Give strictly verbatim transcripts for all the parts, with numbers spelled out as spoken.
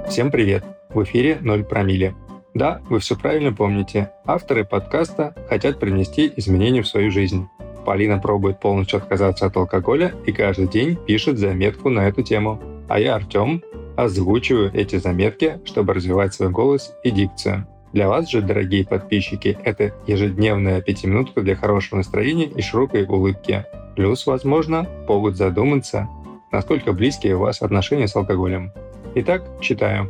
Всем привет! В эфире ноль промилле. Да, вы все правильно помните. Авторы подкаста хотят принести изменения в свою жизнь. Полина пробует полностью отказаться от алкоголя и каждый день пишет заметку на эту тему. А я, Артем, озвучиваю эти заметки, чтобы развивать свой голос и дикцию. Для вас же, дорогие подписчики, это ежедневная пятиминутка для хорошего настроения и широкой улыбки. Плюс, возможно, повод задуматься, насколько близкие у вас отношения с алкоголем. Итак, читаю.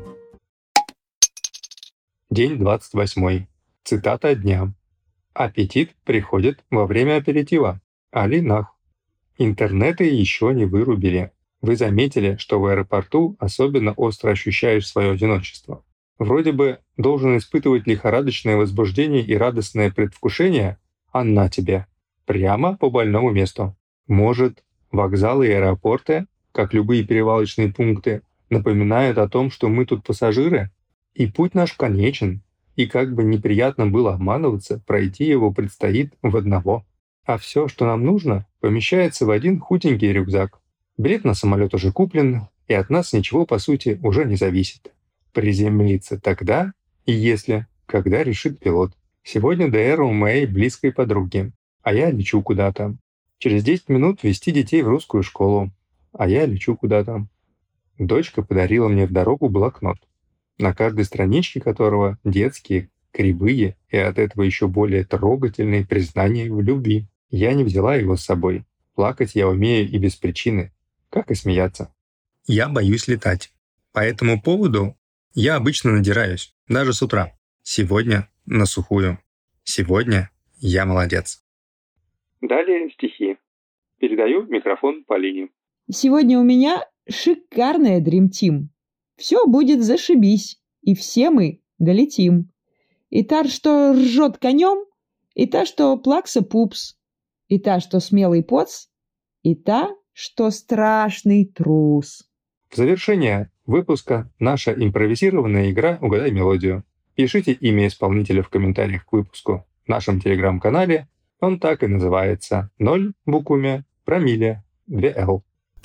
День двадцать восьмой. Цитата дня. Аппетит приходит во время аперитива. Али Нах. Интернеты еще не вырубили. Вы заметили, что в аэропорту особенно остро ощущаешь свое одиночество. Вроде бы должен испытывать лихорадочное возбуждение и радостное предвкушение, а на тебе. Прямо по больному месту. Может, вокзалы и аэропорты, как любые перевалочные пункты, напоминают о том, что мы тут пассажиры, и путь наш конечен, и как бы неприятно было обманываться, пройти его предстоит в одного. А все, что нам нужно, помещается в один худенький рюкзак. Билет на самолет уже куплен, и от нас ничего, по сути, уже не зависит. Приземлиться тогда, и если, когда решит пилот. Сегодня ДР у моей близкой подруги, а я лечу куда-то. Через десять минут везти детей в русскую школу, а я лечу куда-то. Дочка подарила мне в дорогу блокнот, на каждой страничке которого детские, кривые и от этого еще более трогательные признания в любви. Я не взяла его с собой. Плакать я умею и без причины, как и смеяться. Я боюсь летать. По этому поводу я обычно надираюсь, даже с утра. Сегодня на сухую. Сегодня я молодец. Далее стихи. Передаю микрофон Полине. Сегодня у меня шикарная Dream Team. Все будет зашибись, и все мы долетим. И та, что ржет конем, и та, что плакса-пупс, и та, что смелый поц, и та, что страшный трус. В завершение выпуска наша импровизированная игра «Угадай мелодию». Пишите имя исполнителя в комментариях к выпуску в нашем телеграм-канале. Он так и называется. ноль в буквами, промилле, два эл.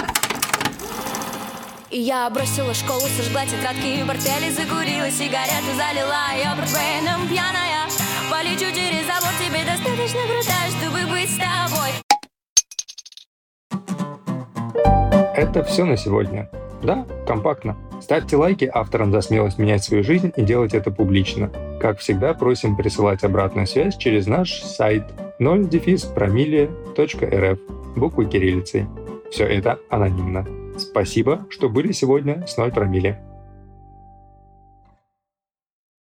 Я бросила школу, сожгла тетрадки и портфели, закурила сигарету, залила ее портвейном пьяная. Полечу через забор, тебе достаточно крутая, чтобы быть с тобой. Это все на сегодня. Да, компактно. Ставьте лайки авторам за смелость менять свою жизнь и делать это публично. Как всегда, просим присылать обратную связь через наш сайт ноль промилле точка эр эф, буквы кириллицей. Все это анонимно. Спасибо, что были сегодня с ноль промилле.